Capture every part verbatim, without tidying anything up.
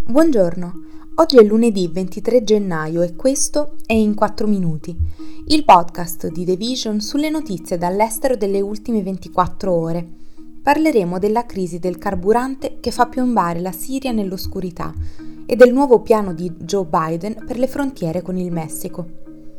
Buongiorno, oggi è lunedì ventitré gennaio e questo è In quattro minuti, il podcast di The Vision sulle notizie dall'estero delle ultime ventiquattro ore. Parleremo della crisi del carburante che fa piombare la Siria nell'oscurità e del nuovo piano di Joe Biden per le frontiere con il Messico.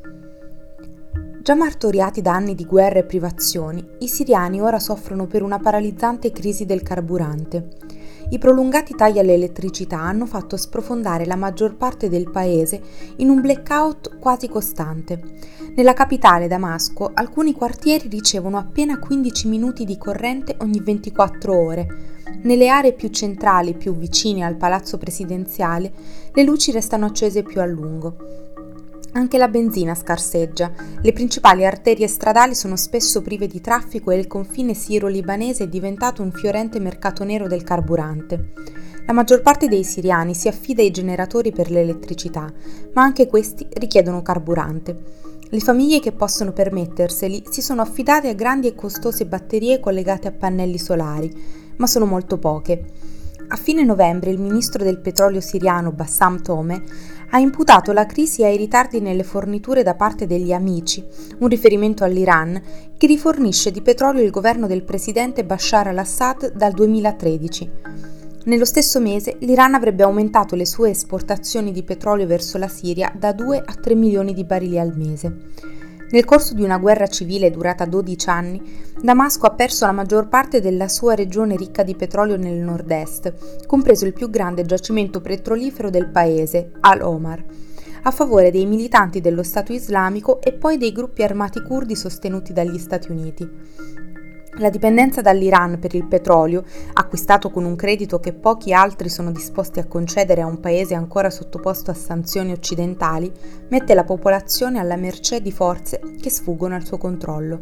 Già martoriati da anni di guerra e privazioni, i siriani ora soffrono per una paralizzante crisi del carburante. I prolungati tagli all'elettricità hanno fatto sprofondare la maggior parte del paese in un blackout quasi costante. Nella capitale, Damasco, alcuni quartieri ricevono appena quindici minuti di corrente ogni ventiquattro ore. Nelle aree più centrali, più vicine al palazzo presidenziale, le luci restano accese più a lungo. Anche la benzina scarseggia, le principali arterie stradali sono spesso prive di traffico e il confine siro-libanese è diventato un fiorente mercato nero del carburante. La maggior parte dei siriani si affida ai generatori per l'elettricità, ma anche questi richiedono carburante. Le famiglie che possono permetterseli si sono affidate a grandi e costose batterie collegate a pannelli solari, ma sono molto poche. A fine novembre il ministro del petrolio siriano Bassam Tome ha imputato la crisi ai ritardi nelle forniture da parte degli Amici, un riferimento all'Iran che rifornisce di petrolio il governo del presidente Bashar al-Assad dal duemilatredici. Nello stesso mese l'Iran avrebbe aumentato le sue esportazioni di petrolio verso la Siria da due a tre milioni di barili al mese. Nel corso di una guerra civile durata dodici anni, Damasco ha perso la maggior parte della sua regione ricca di petrolio nel nord-est, compreso il più grande giacimento petrolifero del paese, Al-Omar, a favore dei militanti dello Stato islamico e poi dei gruppi armati curdi sostenuti dagli Stati Uniti. La dipendenza dall'Iran per il petrolio, acquistato con un credito che pochi altri sono disposti a concedere a un paese ancora sottoposto a sanzioni occidentali, mette la popolazione alla mercé di forze che sfuggono al suo controllo.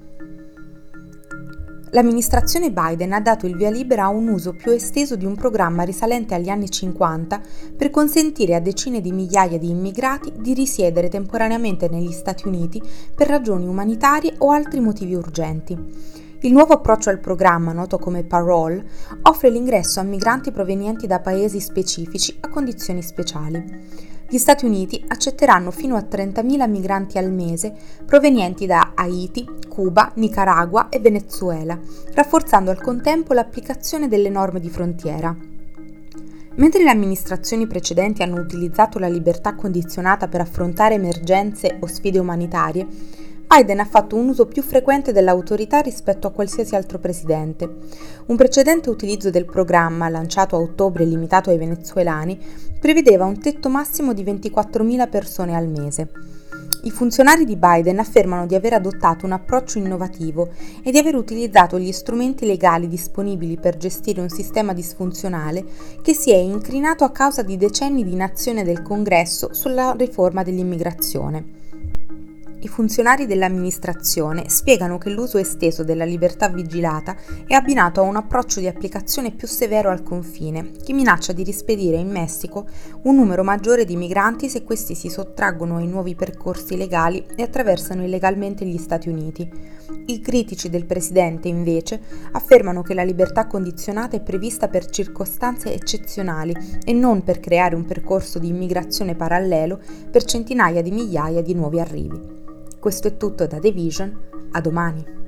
L'amministrazione Biden ha dato il via libera a un uso più esteso di un programma risalente agli anni cinquanta per consentire a decine di migliaia di immigrati di risiedere temporaneamente negli Stati Uniti per ragioni umanitarie o altri motivi urgenti. Il nuovo approccio al programma, noto come Parole, offre l'ingresso a migranti provenienti da paesi specifici a condizioni speciali. Gli Stati Uniti accetteranno fino a trentamila migranti al mese provenienti da Haiti, Cuba, Nicaragua e Venezuela, rafforzando al contempo l'applicazione delle norme di frontiera. Mentre le amministrazioni precedenti hanno utilizzato la libertà condizionata per affrontare emergenze o sfide umanitarie, Biden ha fatto un uso più frequente dell'autorità rispetto a qualsiasi altro presidente. Un precedente utilizzo del programma, lanciato a ottobre e limitato ai venezuelani, prevedeva un tetto massimo di ventiquattromila persone al mese. I funzionari di Biden affermano di aver adottato un approccio innovativo e di aver utilizzato gli strumenti legali disponibili per gestire un sistema disfunzionale che si è incrinato a causa di decenni di inazione del Congresso sulla riforma dell'immigrazione. I funzionari dell'amministrazione spiegano che l'uso esteso della libertà vigilata è abbinato a un approccio di applicazione più severo al confine, che minaccia di rispedire in Messico un numero maggiore di migranti se questi si sottraggono ai nuovi percorsi legali e attraversano illegalmente gli Stati Uniti. I critici del presidente, invece, affermano che la libertà condizionata è prevista per circostanze eccezionali e non per creare un percorso di immigrazione parallelo per centinaia di migliaia di nuovi arrivi. Questo è tutto da The Vision, a domani.